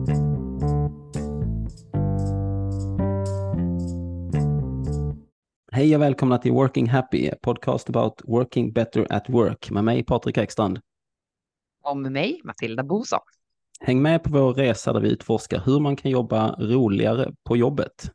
Hej och välkomna till Working Happy, podcast about working better at work med mig Patrik Ekstrand. Och med mig, Matilda Boson. Häng med på vår resa där vi utforskar hur man kan jobba roligare på jobbet.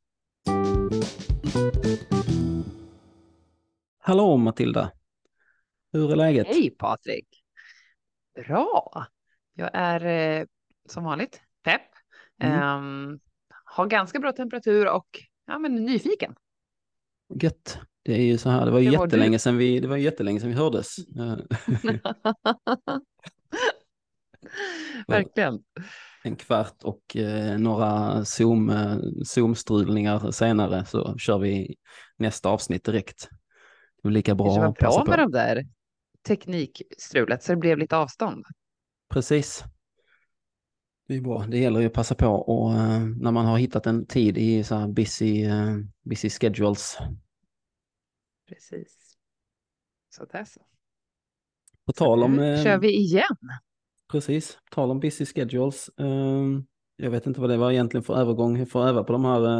Hallå Matilda, hur är läget? Hej Patrik. Bra. Jag är som vanligt pepp. Har ganska bra temperatur och nyfiken. Gött. Det är ju så här, det var ju jättelänge sedan vi hördes. Verkligen. En kvart och några Zoom-strulningar senare så kör vi nästa avsnitt direkt. Det är lika bra att passa på. Med de där teknikstrulet så det blev lite avstånd. Precis. Det är bra. Det gäller ju att passa på och när man har hittat en tid i så här busy schedules. Precis. Så det är så. På tal om... kör vi igen. Precis. På tal om busy schedules. Jag vet inte vad det var egentligen för övergång. Jag får öva på de här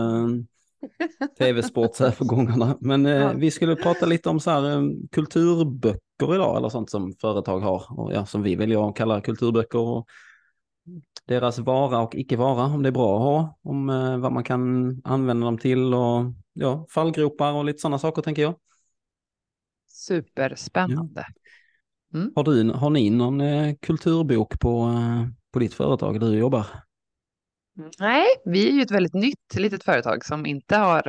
tv-sportsövergångarna. Men vi skulle prata lite om så här kulturböcker idag. Eller sånt som företag har. Och som vi väljer att kalla kulturböcker. Och deras vara och icke vara, om det är bra att ha, om vad man kan använda dem till och fallgropar och lite sådana saker tänker jag. Superspännande. Ja. Har ni någon kulturbok på ditt företag där du jobbar? Nej, vi är ju ett väldigt nytt litet företag som inte har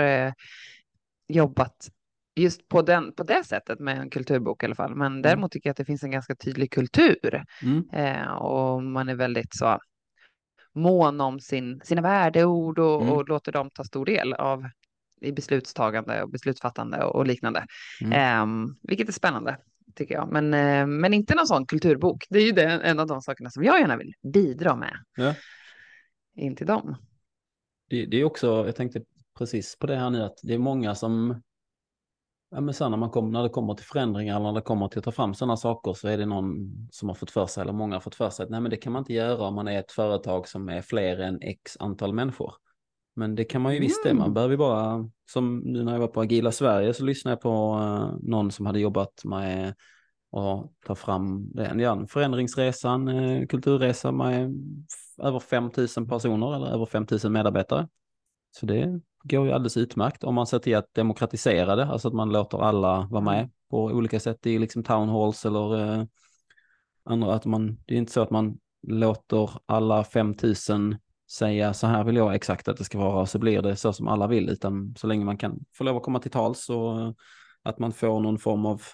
jobbat just på det sättet med en kulturbok i alla fall. Men däremot tycker jag att det finns en ganska tydlig kultur. Och man är väldigt så mån om sina värdeord och låter dem ta stor del av i beslutstagande och beslutsfattande och liknande. Vilket är spännande tycker jag. Men inte någon sån kulturbok. Det är ju en av de sakerna som jag gärna vill bidra med. Ja. In till dem. Det är också, jag tänkte precis på det här nu, att det är många som men sen när det kommer till förändringar eller när det kommer till att ta fram sådana saker så är det någon som har fått för sig eller många har fått för sig att nej men det kan man inte göra om man är ett företag som är fler än x antal människor. Men det kan man ju visst det, man behöver ju bara, som nu när jag var på Agila Sverige så lyssnade jag på någon som hade jobbat med att ta fram en förändringsresan, kulturresa med över 5 000 personer eller över 5 000 medarbetare. Så det går ju alldeles utmärkt om man ser till att demokratisera det, alltså att man låter alla vara med på olika sätt i liksom town halls eller andra, det är inte så att man låter alla 5 000 säga så här vill jag exakt att det ska vara och så blir det så som alla vill, utan så länge man kan få lov att komma till tals och att man får någon form av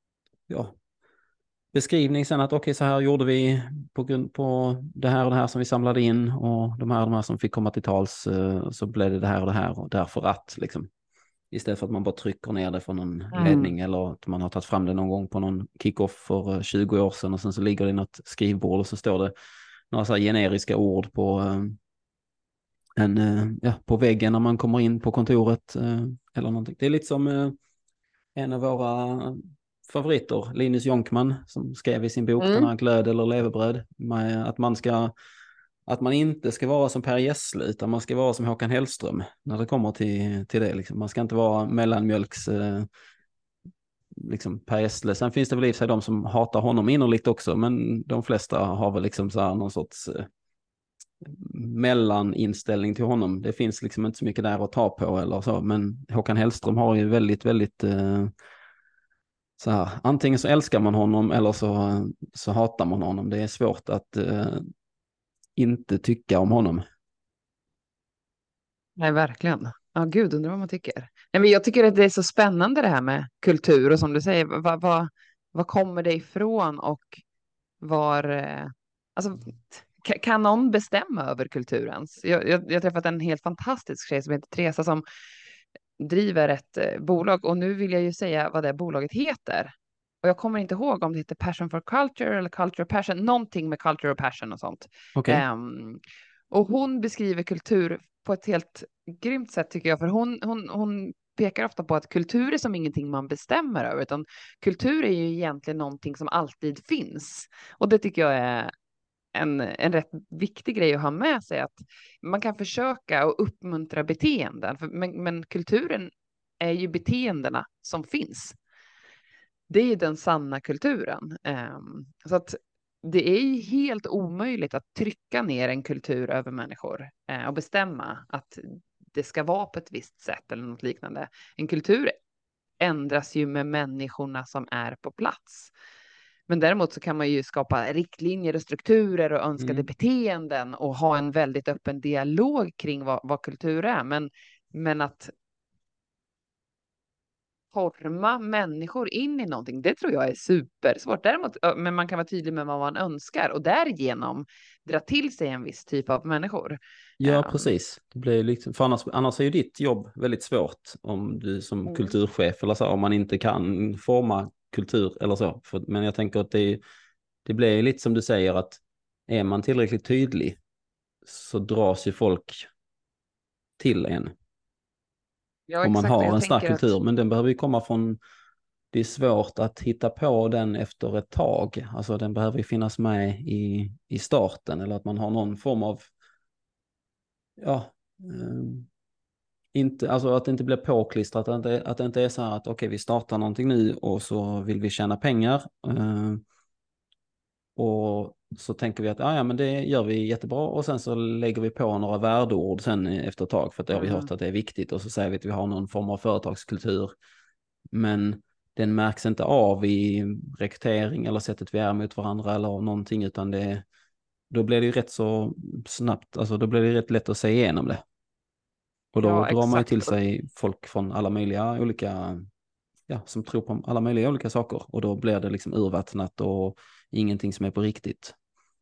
beskrivning sen att okej, så här gjorde vi på grund på det här och det här som vi samlade in och de här som fick komma till tals så blev det här och det här och därför att liksom, istället för att man bara trycker ner det från någon ledning eller att man har tagit fram det någon gång på någon kick-off för 20 år sedan och sen så ligger det i något skrivbord och så står det några så här generiska ord på på väggen när man kommer in på kontoret eller någonting. Det är lite som en av våra favoriter, Linus Jonkman, som skrev i sin bok den här Glöd eller levebröd, med att man inte ska vara som Per Gessle utan man ska vara som Håkan Hellström när det kommer till det. Liksom. Man ska inte vara mellanmjölks liksom Per Gessle. Sen finns det väl i sig de som hatar honom innerligt också, men de flesta har väl liksom så här någon sorts mellaninställning till honom. Det finns liksom inte så mycket där att ta på eller så, men Håkan Hellström har ju väldigt, väldigt så här, antingen så älskar man honom eller så hatar man honom. Det är svårt att inte tycka om honom. Nej, verkligen. Ja, gud, undrar vad man tycker. Nej, men jag tycker att det är så spännande det här med kultur och som du säger, vad kommer det ifrån och alltså, kan någon bestämma över kulturens? Jag har träffat en helt fantastisk tjej som heter Teresa som driver ett bolag och nu vill jag ju säga vad det bolaget heter. Och jag kommer inte ihåg om det heter Passion for Culture eller Culture Passion, någonting med Culture och Passion och sånt. Okay. Och hon beskriver kultur på ett helt grymt sätt tycker jag, för hon pekar ofta på att kultur är som ingenting man bestämmer över, utan kultur är ju egentligen någonting som alltid finns. Och det tycker jag är en rätt viktig grej att ha med sig, att man kan försöka och uppmuntra beteenden, men kulturen är ju beteendena som finns. Det är ju den sanna kulturen. Så att det är ju helt omöjligt att trycka ner en kultur över människor och bestämma att det ska vara på ett visst sätt eller något liknande. En kultur ändras ju med människorna som är på plats. Men däremot så kan man ju skapa riktlinjer och strukturer och önskade beteenden och ha en väldigt öppen dialog kring vad kultur är. Men att forma människor in i någonting, det tror jag är supersvårt. Däremot, men man kan vara tydlig med vad man önskar och därigenom dra till sig en viss typ av människor. Ja, precis. Det blir liksom, för annars är ju ditt jobb väldigt svårt om du som kulturchef eller så, om man inte kan forma kultur eller så. Men jag tänker att det blir lite som du säger, att är man tillräckligt tydlig så dras ju folk till en. Ja, Om man exakt. har Jag en stark tänker kultur, att men den behöver ju komma från, det är svårt att hitta på den efter ett tag. Alltså den behöver ju finnas med i starten, eller att man har någon form av, ja, inte, alltså att det inte blir påklistrat, att det inte är så här att okej, vi startar någonting nu och så vill vi tjäna pengar. Och så tänker vi att ja, men det gör vi jättebra, och sen så lägger vi på några värdeord sen efter ett tag, för att då har vi hört att det är viktigt, och så säger vi att vi har någon form av företagskultur. Men den märks inte av i rekrytering eller sättet vi är mot varandra eller någonting, utan då blir det ju rätt så snabbt, alltså då blir det rätt lätt att se igenom det. Och då ja, drar man ju till exakt. sig folk från alla möjliga olika, ja, som tror på alla möjliga olika saker. Och då blir det liksom urvattnat och ingenting som är på riktigt.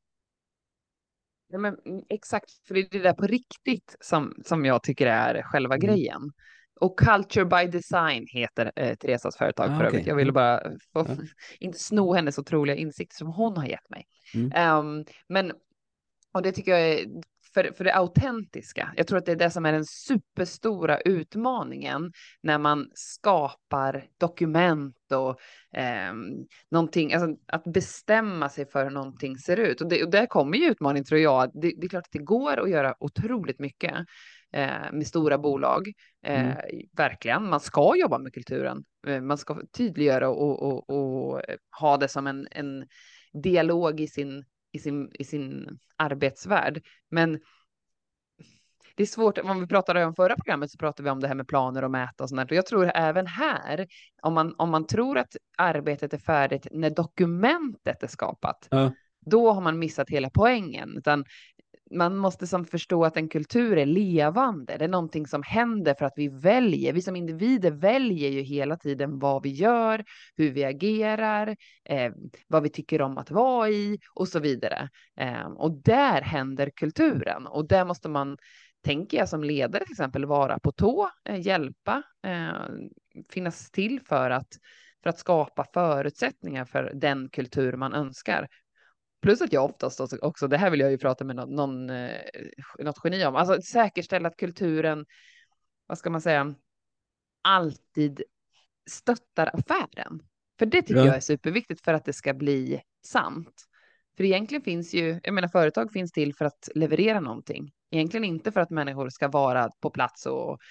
Ja, men, exakt, för det är det där på riktigt som jag tycker är själva grejen. Och Culture by Design heter Theresas företag för övrigt. Okej. Jag ville bara få, Ja. inte sno hennes otroliga insikt som hon har gett mig. Mm. Men, och det tycker jag är, för det autentiska, jag tror att det är det som är den superstora utmaningen när man skapar dokument och någonting, alltså att bestämma sig för hur någonting ser ut. Och där kommer ju utmaningen, tror jag. Det är klart att det går att göra otroligt mycket med stora bolag. Verkligen, man ska jobba med kulturen. Man ska tydliggöra och ha det som en dialog i sin arbetsvärld. Men det är svårt, om vi pratade om förra programmet så pratade vi om det här med planer och mäta och sånt där. Och jag tror även här, om man tror att arbetet är färdigt när dokumentet är skapat, Ja, då har man missat hela poängen. Utan man måste som förstå att en kultur är levande. Det är någonting som händer för att vi väljer. Vi som individer väljer ju hela tiden vad vi gör, hur vi agerar, vad vi tycker om att vara i och så vidare. Och där händer kulturen. Och där måste man, tänker jag som ledare till exempel, vara på tå, hjälpa, finnas till för att skapa förutsättningar för den kultur man önskar. Plus att jag oftast också, det här vill jag ju prata med något geni om, alltså säkerställa att kulturen, vad ska man säga, alltid stöttar affären. För det tycker jag ja, är superviktigt för att det ska bli sant. För egentligen finns ju, jag menar, företag finns till för att leverera någonting. Egentligen inte för att människor ska vara på plats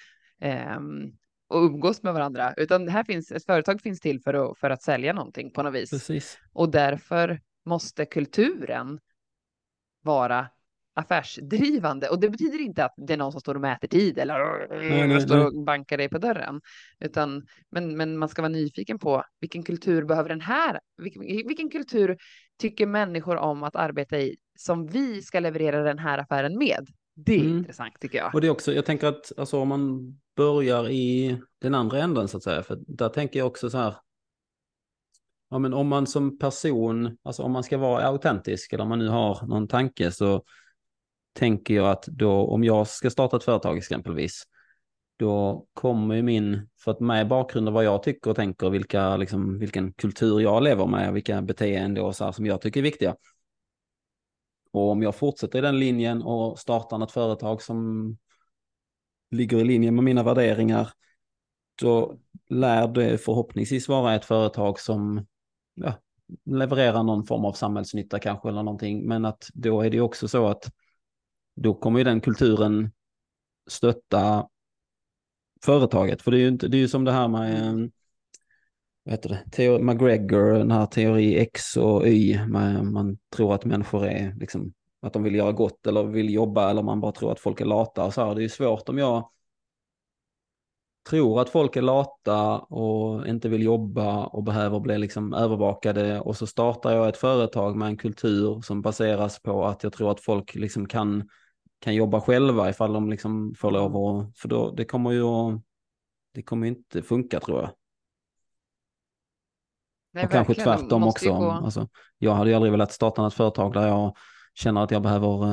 och umgås med varandra, utan här finns, ett företag finns till för att sälja någonting på något vis. precis. Och därför måste kulturen vara affärsdrivande. Och det betyder inte att det är någon som står och mäter tid Nej, eller nej, står nej. och bankar dig på dörren. Men man ska vara nyfiken på vilken kultur behöver den här, vilken kultur tycker människor om att arbeta i som vi ska leverera den här affären med. Det är Mm. intressant tycker jag. Och det är också, jag tänker att alltså, om man börjar i den andra änden så att säga, för där tänker jag också så här, ja, men om man som person, alltså om man ska vara autentisk eller om man nu har någon tanke, så tänker jag att då, om jag ska starta ett företag exempelvis, då kommer ju för att med bakgrund av vad jag tycker och tänker, vilken kultur jag lever med, vilka beteenden och så här som jag tycker är viktiga. Och om jag fortsätter i den linjen och startar något företag som ligger i linje med mina värderingar, då lär det förhoppningsvis vara ett företag som, ja, leverera någon form av samhällsnytta kanske eller någonting. Men att då är det också så att då kommer ju den kulturen stötta företaget. För det är ju inte, det är ju som det här med vad heter det? McGregor, den här teori X och Y. Man tror att människor är liksom, att de vill göra gott eller vill jobba, eller man bara tror att folk är lata och så här. Det är ju svårt om jag tror att folk är lata och inte vill jobba och behöver bli liksom övervakade, och så startar jag ett företag med en kultur som baseras på att jag tror att folk liksom kan jobba själva ifall de liksom får lov att, för då det kommer ju inte funka, tror jag. Nej, Och kanske verkligen. Det tvärtom måste också. ju gå. Alltså, jag hade ju aldrig velat starta ett företag där jag känner att jag behöver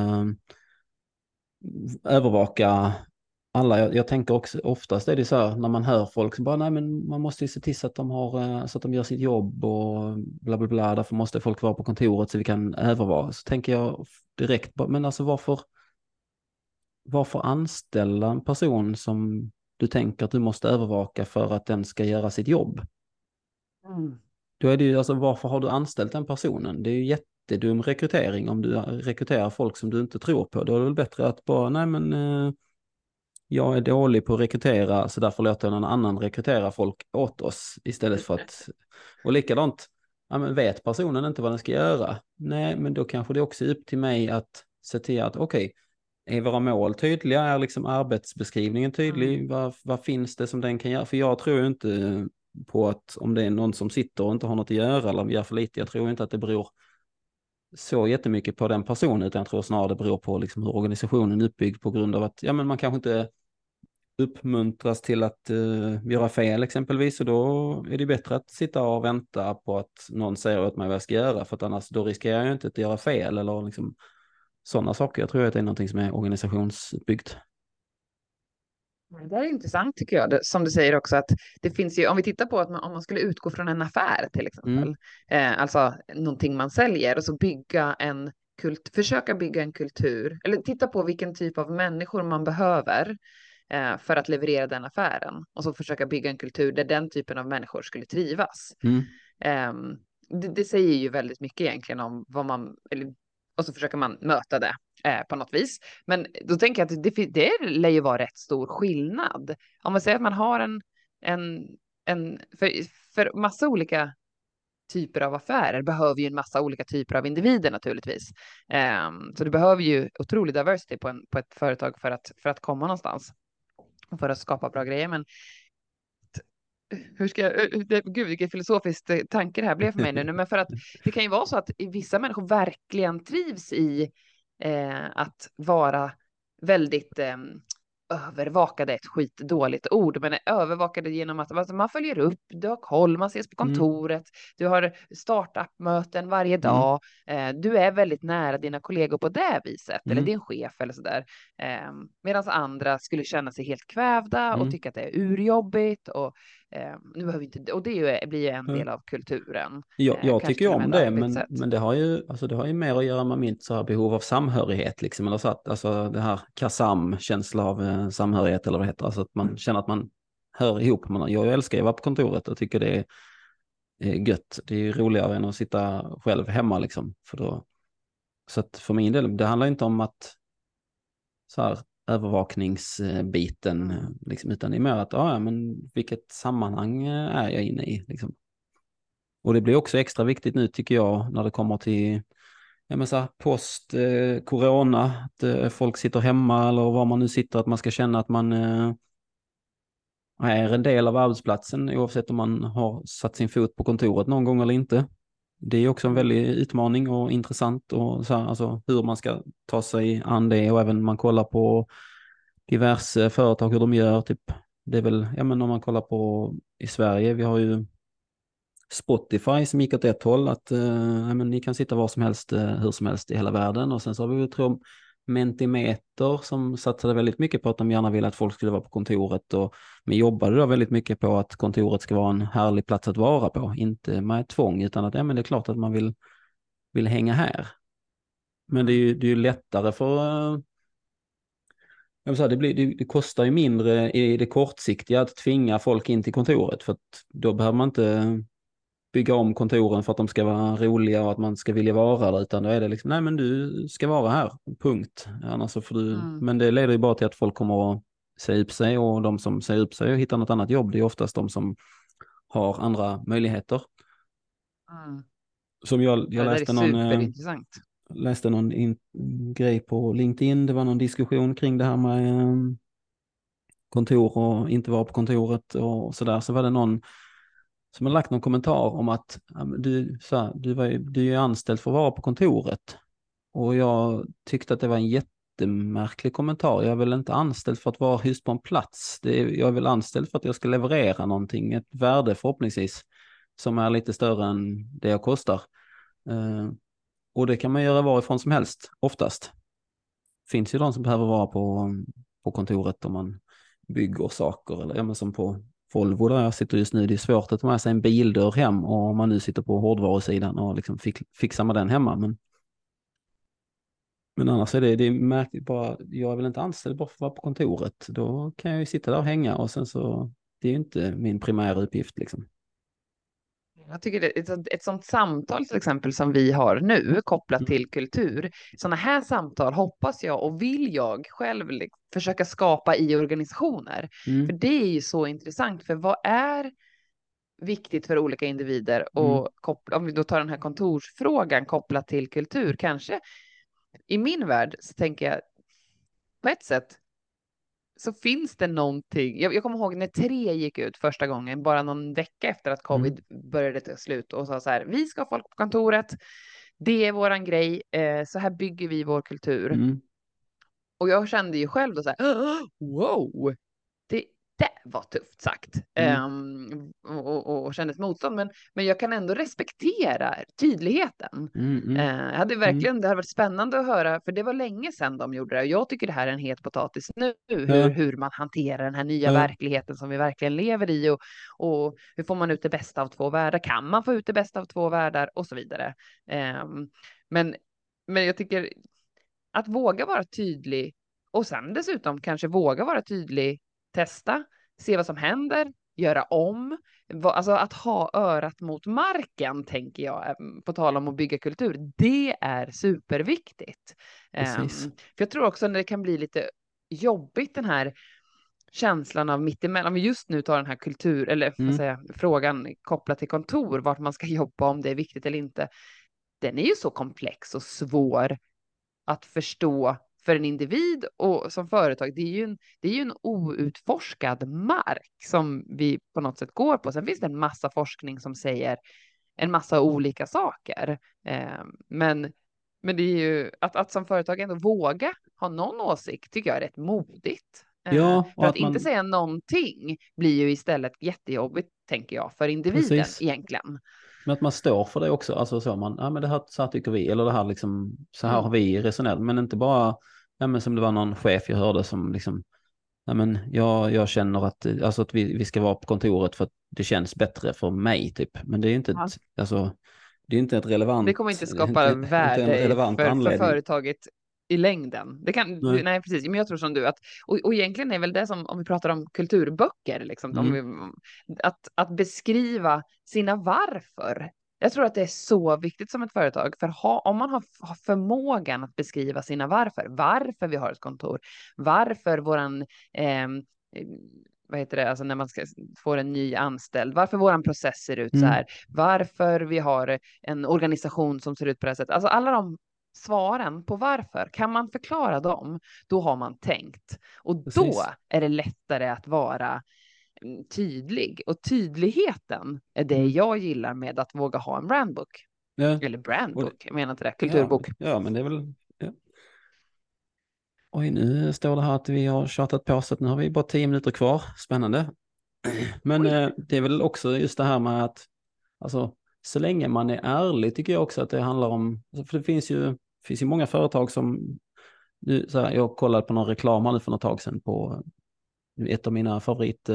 övervaka alla. Jag tänker också, oftast är det så här när man hör folk som bara, nej men man måste ju se till så att de har, så att de gör sitt jobb och bla bla bla, därför måste folk vara på kontoret så vi kan övervaka. Så tänker jag direkt, men alltså varför anställa en person som du tänker att du måste övervaka för att den ska göra sitt jobb? Då är det ju, alltså varför har du anställt den personen? Det är ju jättedum rekrytering om du rekryterar folk som du inte tror på. Då är det väl bättre att bara, nej men jag är dålig på att rekrytera så därför låter jag någon annan rekrytera folk åt oss istället för att, och likadant, ja, men vet personen inte vad den ska göra? Nej, men då kanske det också är upp till mig att se till att okej, är våra mål tydliga? Är liksom arbetsbeskrivningen tydlig? Vad finns det som den kan göra? För jag tror ju inte på att om det är någon som sitter och inte har något att göra eller gör för lite, jag tror inte att det beror så jättemycket på den personen, utan jag tror snarare det beror på liksom hur organisationen är uppbyggd, på grund av att ja, men man kanske inte uppmuntras till att göra fel exempelvis, och då är det bättre att sitta och vänta på att någon säger åt mig vad jag ska göra, för att annars då riskerar jag ju inte att göra fel eller liksom sådana saker. Jag tror att det är någonting som är organisationsbyggt. Det där är intressant tycker jag, som du säger också, att det finns ju, om vi tittar på att om man skulle utgå från en affär till exempel, alltså någonting man säljer, och så försöka bygga en kultur, eller titta på vilken typ av människor man behöver för att leverera den affären, och så försöka bygga en kultur där den typen av människor skulle trivas. Det säger ju väldigt mycket egentligen om vad man, och så försöker man möta det på något vis. Men då tänker jag att det lär ju vara rätt stor skillnad. Om man säger att man har för massa olika typer av affärer behöver ju en massa olika typer av individer naturligtvis. Så det behöver ju otrolig diversity på ett företag för att komma någonstans och för att skapa bra grejer. Men hur ska jag, gud vilken filosofisk tanke det här blev för mig nu, men för att det kan ju vara så att vissa människor verkligen trivs i att vara väldigt övervakade, ett skitdåligt ord, men övervakade genom att alltså, man följer upp, du har koll, man ses på kontoret, du har startup-möten varje dag, du är väldigt nära dina kollegor på det viset, eller din chef eller sådär. Medan andra skulle känna sig helt kvävda och tycka att det är urjobbigt, och nu behöver inte, och blir ju en del av kulturen. Jag tycker ju om det, men det har ju, alltså det har ju mer att göra med mitt så här behov av samhörighet, liksom, eller så att, alltså det här KASAM-känsla av samhörighet, eller vad det heter, alltså att man känner att man hör ihop. Jag älskar ju att vara på kontoret och tycker det är gött. Det är ju roligare än att sitta själv hemma, liksom, så att för min del, det handlar inte om att så här övervakningsbiten, liksom, utan det är mer att, ja, men vilket sammanhang är jag inne i, liksom. Och det blir också extra viktigt nu tycker jag när det kommer till post-corona, att folk sitter hemma eller var man nu sitter, att man ska känna att man är en del av arbetsplatsen oavsett om man har satt sin fot på kontoret någon gång eller inte. Det är också en väldig utmaning och intressant, och så här, alltså hur man ska ta sig an det, och även man kollar på diverse företag hur de gör, typ det är väl, ja men om man kollar på i Sverige, vi har ju Spotify som gick åt ett håll, att men ni kan sitta var som helst, hur som helst i hela världen, och sen så har vi ju, tror jag, Mentimeter som satsade väldigt mycket på att de gärna ville att folk skulle vara på kontoret, och men jobbade då väldigt mycket på att kontoret ska vara en härlig plats att vara på, inte med tvång, utan att men det är klart att man vill hänga här. Men det är ju lättare för det kostar ju mindre i det kortsiktiga att tvinga folk in till kontoret, för att då behöver man inte bygga om kontoren för att de ska vara roliga och att man ska vilja vara där, utan då är det liksom, nej men du ska vara här, punkt. Annars så får du, Mm. men det leder ju bara till att folk kommer att säga upp sig, och de som säger upp sig och hittar något annat jobb, det är oftast de som har andra möjligheter. Mm. Som jag Det där är superintressant. läste någon grej på LinkedIn, det var någon diskussion kring det här med kontor och inte vara på kontoret och sådär, så var det någon som har lagt någon kommentar om att ja, men du är anställd för att vara på kontoret. Och jag tyckte att det var en jättemärklig kommentar. Jag är väl inte anställd för att vara just på en plats. Jag är väl anställd för att jag ska leverera någonting, ett värde förhoppningsvis, som är lite större än det jag kostar. Och det kan man göra varifrån som helst, oftast. Finns ju de som behöver vara på kontoret om man bygger saker, eller ja, men som på Volvo där jag sitter just nu, det är svårt att ta med sig en bildörr hem, och om man nu sitter på hårdvarusidan och liksom fixar med den hemma, men annars är det är märkligt bara, jag är väl inte anställd bara för att vara på kontoret, då kan jag ju sitta där och hänga, och sen så, det är ju inte min primära uppgift liksom. Jag tycker det är ett sånt samtal till exempel som vi har nu kopplat till kultur. Sådana här samtal hoppas jag och vill jag själv försöka skapa i organisationer. För Mm. det är ju så intressant. För vad är viktigt för olika individer? Och om vi då tar den här kontorsfrågan kopplat till kultur, kanske i min värld så tänker jag på ett sätt så finns det någonting. Jag kommer ihåg när 3 gick ut första gången, bara någon vecka efter att covid började ta slut, och sa så här: vi ska ha folk på kontoret. Det är våran grej. Så här bygger vi vår kultur. Och jag kände ju själv då så här: wow, det var tufft sagt. Och kändes motstånd. Men jag kan ändå respektera tydligheten. Det hade varit spännande att höra, för det var länge sedan de gjorde det. Jag tycker det här är en het potatis nu, hur man hanterar den här nya verkligheten som vi verkligen lever i, och hur får man ut det bästa av 2 världar? Kan man få ut det bästa av 2 världar? Och så vidare. Men jag tycker att våga vara tydlig, och sen dessutom kanske våga vara tydlig, testa, se vad som händer, göra om. Alltså att ha örat mot marken, tänker jag, på tal om att bygga kultur. Det är superviktigt. För jag tror också när det kan bli lite jobbigt, den här känslan av mittemellan. Om vi just nu tar den här kultur, eller vad säger, frågan kopplat till kontor, vart man ska jobba, om det är viktigt eller inte. Den är ju så komplex och svår att förstå för en individ och som företag. Det är ju en outforskad mark som vi på något sätt går på. Sen finns det en massa forskning som säger en massa olika saker. Men det är ju att som företag ändå våga ha någon åsikt, tycker jag är rätt modigt. Ja, För och att att man, inte säga någonting blir ju istället jättejobbigt, tänker jag, för individen precis. egentligen. Men att man står för det också, alltså så man, ja men det här, så här tycker vi, eller det här liksom, så här har vi resonerat, men inte bara, ja men som det var någon chef jag hörde som liksom, ja men jag känner att, alltså att vi ska vara på kontoret för att det känns bättre för mig typ, men det är inte ett, alltså, det är inte ett relevant, Det kommer inte skapa inte en värde relevant för anledning. företaget i längden. Det kan, nej, precis. Men jag tror som du att, och egentligen är väl det som, om vi pratar om kulturböcker, liksom, att beskriva sina varför. Jag tror att det är så viktigt som ett företag, för om man har förmågan att beskriva sina varför vi har ett kontor, varför våran vad heter det, alltså när man ska få en ny anställd, varför våran process ser ut så här, varför vi har en organisation som ser ut på det här sättet. Alltså alla de svaren på varför, kan man förklara dem, då har man tänkt. Och då är det lättare att vara tydlig. Och tydligheten är det jag gillar med att våga ha en brandbook. Eller brandbook, jag menar inte det, kulturbok. Ja, men det är väl... Ja. Oj, nu står det här att vi har tjatat på, så att nu har vi bara 10 minuter kvar. Spännande. Men det är väl också just det här med att, alltså, så länge man är ärlig tycker jag också att det handlar om, för det finns ju många företag som, nu, så här, jag kollade på någon reklam här nu för något tag sedan på ett av mina favorit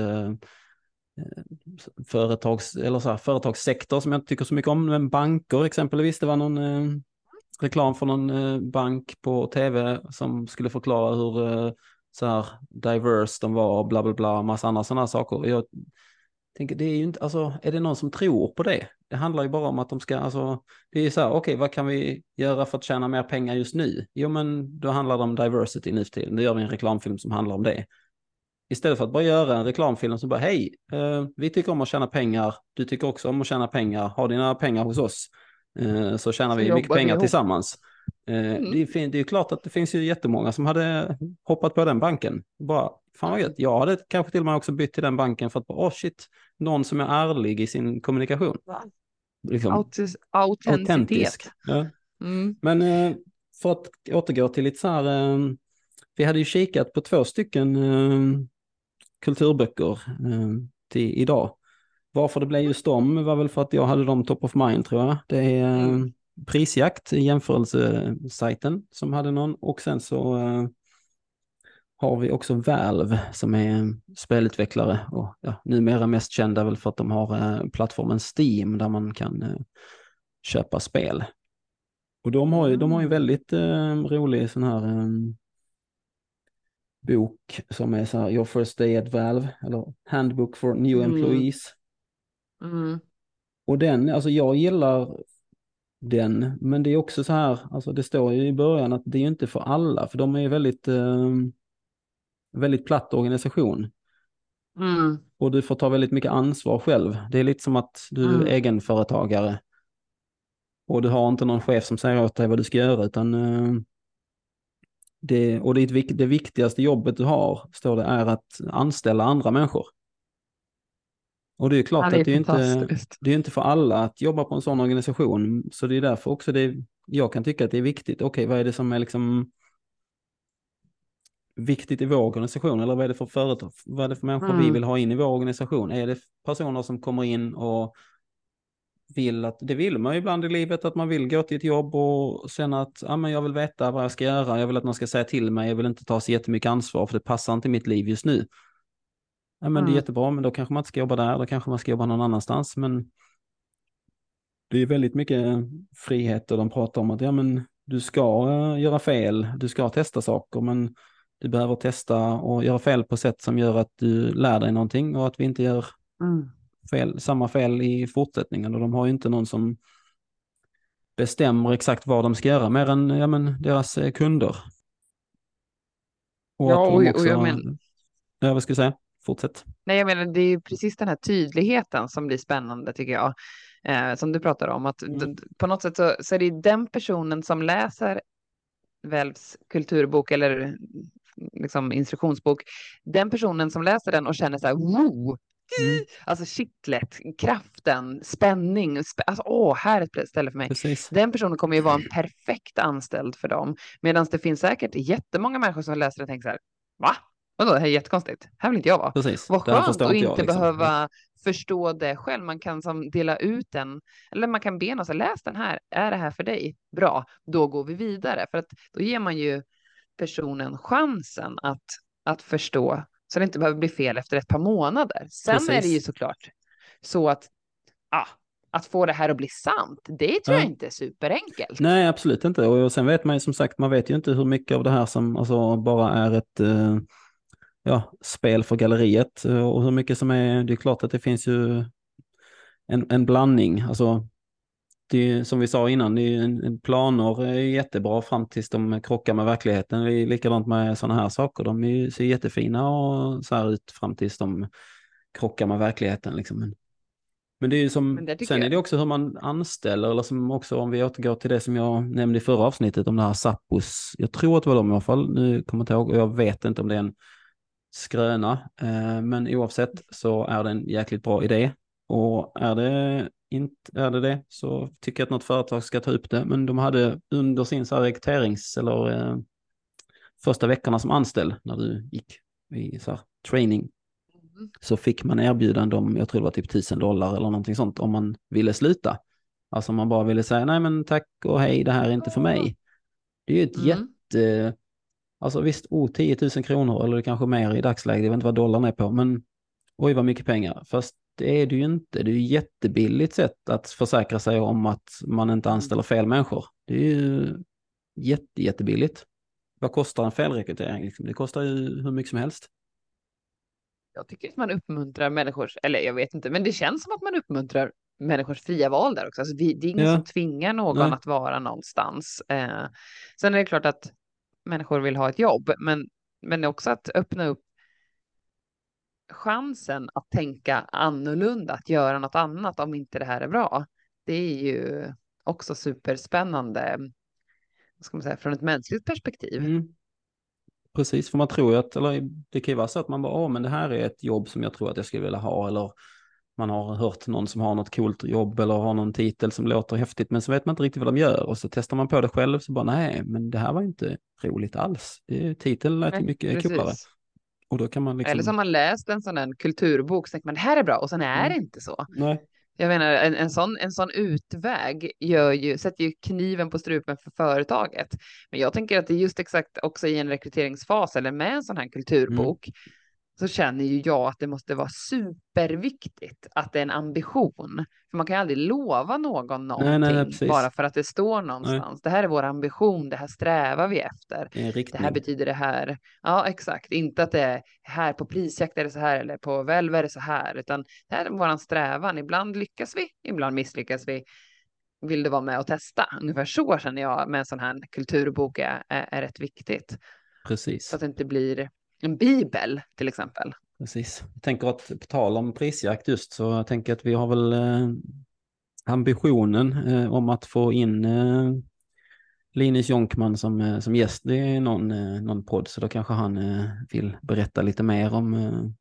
företagssektor som jag inte tycker så mycket om, men banker exempelvis. Det var någon reklam för någon bank på tv som skulle förklara hur så här diverse de var och bla bla bla, massa andra sådana saker. tänker, det är ju inte, alltså, är det någon som tror på det? Det handlar ju bara om att de ska, alltså, det är ju så här, okej, vad kan vi göra för att tjäna mer pengar just nu? Jo, men då handlar det om diversity nu för tiden. Då gör vi en reklamfilm som handlar om det. Istället för att bara göra en reklamfilm som bara, hej, vi tycker om att tjäna pengar, du tycker också om att tjäna pengar, ha dina pengar hos oss, så tjänar Så vi mycket jobbar vi pengar ihop. tillsammans. Mm. Det är ju klart att det finns ju jättemånga som hade hoppat på den banken. Bara, fan vad gött, jag hade kanske till och med också bytt till den banken för att, shit, någon som är ärlig i sin kommunikation. Liksom, Autenticitet. autentisk. Ja. Mm. Men för att återgå till lite så här, vi hade ju kikat på 2 stycken kulturböcker till idag. Varför det blev just dem var väl för att jag hade dem top of mind, tror jag. Det är Prisjakt, jämförelsesajten, som hade någon. Och sen så har vi också Valve som är spelutvecklare. Och numera mest kända väl för att de har plattformen Steam där man kan köpa spel. Och de har ju väldigt rolig sån här bok som är så här Your First Day at Valve, eller Handbook for New Employees. Mm. Och den, alltså jag gillar den, men det är också så här, alltså det står ju i början att det är ju inte för alla, för de är ju väldigt platt organisation. Mm. Och du får ta väldigt mycket ansvar själv. Det är lite som att du är egenföretagare och du har inte någon chef som säger åt dig vad du ska göra, utan det viktigaste jobbet du har, står det, är att anställa andra människor. Och det är klart Det är att fantastiskt. det är inte för alla att jobba på en sån organisation. Så det är därför också jag kan tycka att det är viktigt. Okej, vad är det som är liksom viktigt i vår organisation? Eller vad är det för företag? Vad är det för människor vi vill ha in i vår organisation? Är det personer som kommer in och vill att, det vill man ju ibland i livet, att man vill gå till ett jobb och känna att men jag vill veta vad jag ska göra. Jag vill att någon ska säga till mig. Jag vill inte ta så jättemycket ansvar för det passar inte i mitt liv just nu. Ja, men det är jättebra, men då kanske man inte ska jobba där, då kanske man ska jobba någon annanstans. Men det är väldigt mycket frihet och de pratar om att du ska göra fel, du ska testa saker, men du behöver testa och göra fel på sätt som gör att du lär dig någonting och att vi inte gör samma fel i fortsättningen. Och de har ju inte någon som bestämmer exakt vad de ska göra, mer än deras kunder. Och att de också... vad ska jag säga? Fortsätt. Nej, jag menar, det är ju precis den här tydligheten som blir spännande, tycker jag. Som du pratar om, att på något sätt så är det den personen som läser Välvs kulturbok eller liksom instruktionsbok, den personen som läser den och känner så här, wow, alltså kittlet, kraften, spänning, alltså här är ett ställe för mig. Precis. Den personen kommer ju vara en perfekt anställd för dem, medan det finns säkert jättemånga människor som läser det och tänker så här, va? Vadå, det här är jättekonstigt. Här vill inte jag vara. Precis. Vad skönt att inte liksom behöva förstå det själv. Man kan som dela ut den, eller man kan be någon säga, läs den här. Är det här för dig? Bra, då går vi vidare. För att då ger man ju personen chansen att förstå, så det inte behöver bli fel efter ett par månader. Sen är det ju såklart så att få det här att bli sant, det tror jag inte är superenkelt. Nej, absolut inte. Och sen vet man ju, som sagt, man vet ju inte hur mycket av det här som alltså bara är ett spel för galleriet och hur mycket som är, det är klart att det finns ju en blandning. Alltså, det är, som vi sa innan, det är planer är jättebra fram tills de krockar med verkligheten. Det är likadant med sådana här saker. De ser jättefina och så här ut fram tills de krockar med verkligheten. Liksom. Men det är ju som, sen är det också hur man anställer, eller som också, om vi återgår till det som jag nämnde i förra avsnittet om det här Zappos. Jag tror att det var de i alla fall, nu kommer jag inte ihåg, och jag vet inte om det är en skröna, men oavsett så är det en jäkligt bra idé. Och är det så tycker jag att något företag ska ta upp det. Men de hade under sin så här rekryterings eller första veckorna som anställd, när du gick i så här training, så fick man erbjudande om, jag tror det var typ $1,000 eller någonting sånt, om man ville sluta. Alltså om man bara ville säga, nej men tack och hej, det här är inte för mig. Det är ju ett alltså visst, 10 000 kronor, eller kanske mer i dagsläget, jag vet inte vad dollarn är på, men oj vad mycket pengar. Fast det är det ju inte, det är ju jättebilligt sätt att försäkra sig om att man inte anställer fel människor. Det är ju jättebilligt. Vad kostar en felrekrytering? Det kostar ju hur mycket som helst. Jag tycker att man uppmuntrar människors, eller jag vet inte, men det känns som att man uppmuntrar människors fria val där också. Alltså det är ingen som Ja, tvingar någon nej. att vara någonstans. Sen är det klart att människor vill ha ett jobb, men också att öppna upp chansen att tänka annorlunda, att göra något annat om inte det här är bra. Det är ju också superspännande, vad ska man säga, från ett mänskligt perspektiv. Mm. Precis, för man tror ju att, eller det kan ju vara så att man bara, men det här är ett jobb som jag tror att jag skulle vilja ha, eller man har hört någon som har något coolt jobb eller har någon titel som låter häftigt, men så vet man inte riktigt vad de gör, och så testar man på det själv, så bara nej, men det här var inte roligt alls. Titeln lät ju Nej, mycket coolare. precis. Och då kan man Eller som liksom, man läst en sån här kulturbok, så tänker man det här är bra och sen är det inte så. nej, Jag menar, en sån utväg sätter ju kniven på strupen för företaget. Men jag tänker att det är just exakt också i en rekryteringsfas eller med en sån här mm. kulturbok, så känner ju jag att det måste vara superviktigt att det är en ambition. För man kan ju aldrig lova någon Nej, någonting bara precis. för att det står Nej, någonstans. Det här är vår ambition, det här strävar vi efter. det är en Det här riktning. betyder det här. Ja, exakt. Inte att det är här på prisjakt är det så här eller på Välv är det så här, utan det här är vår strävan. Ibland lyckas vi, ibland misslyckas vi. Vill du vara med och testa? Ungefär så känner jag med en sån här kulturbok är rätt viktigt. Så Precis. att det inte blir en bibel till exempel. Precis. Jag tänker att på tal om prisjakt just, så jag tänker att vi har väl ambitionen om att få in Linus Jonkman som gäst i någon podd, så då kanske han vill berätta lite mer om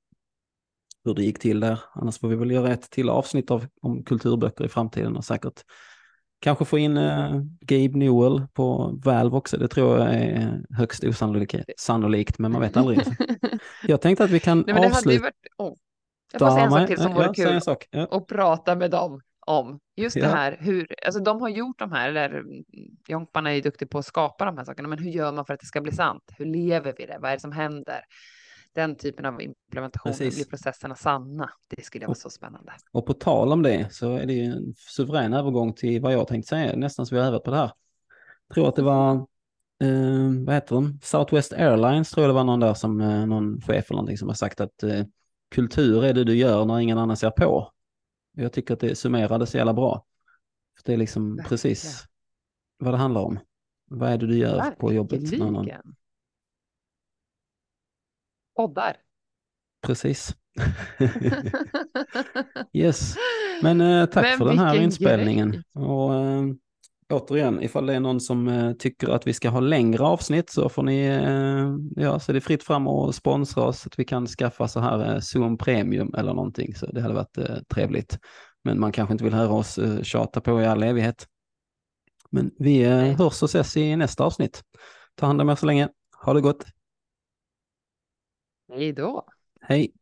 hur det gick till där. Annars får vi väl göra ett till avsnitt om kulturböcker i framtiden, och säkert kanske få in Gabe Newell på Valve också. Det tror jag är högst sannolikt, men man vet aldrig. Jag tänkte att vi kan Nej, men det hade ju avsluta. varit, jag får säga en sak till som vore Ja, säg kul en sak. Ja, att prata med dem om. Just det ja, här, alltså de har gjort de här, eller Jonkman är ju duktig på att skapa de här sakerna, men hur gör man för att det ska bli sant? Hur lever vi det? Vad är det som händer? Den typen av implementation, hur blir precis. processerna sanna? Det skulle vara Och, så spännande. och på tal om det, så är det ju en suverän övergång till vad jag tänkte säga, nästan så vi har övat på det här. Jag tror att det var, vad heter de? Southwest Airlines, tror jag det var någon där som, någon chef eller någonting som har sagt att kultur är det du gör när ingen annan ser på. Jag tycker att det summerade så jävla bra. För det är liksom Verkligen. precis vad det handlar om. Vad är det du gör på jobbet? Verkligen. Poddar. Precis. Yes. Men tack för Men den här vilken inspelningen. grej. Och återigen, ifall det är någon som tycker att vi ska ha längre avsnitt, så får ni, ja, så är det fritt fram och sponsra oss så att vi kan skaffa så här Zoom Premium eller någonting. Så det hade varit trevligt. Men man kanske inte vill höra oss tjata på i all evighet. Men vi hörs och ses i nästa avsnitt. Ta hand om er så länge. Ha det gott. Hej då. Hej.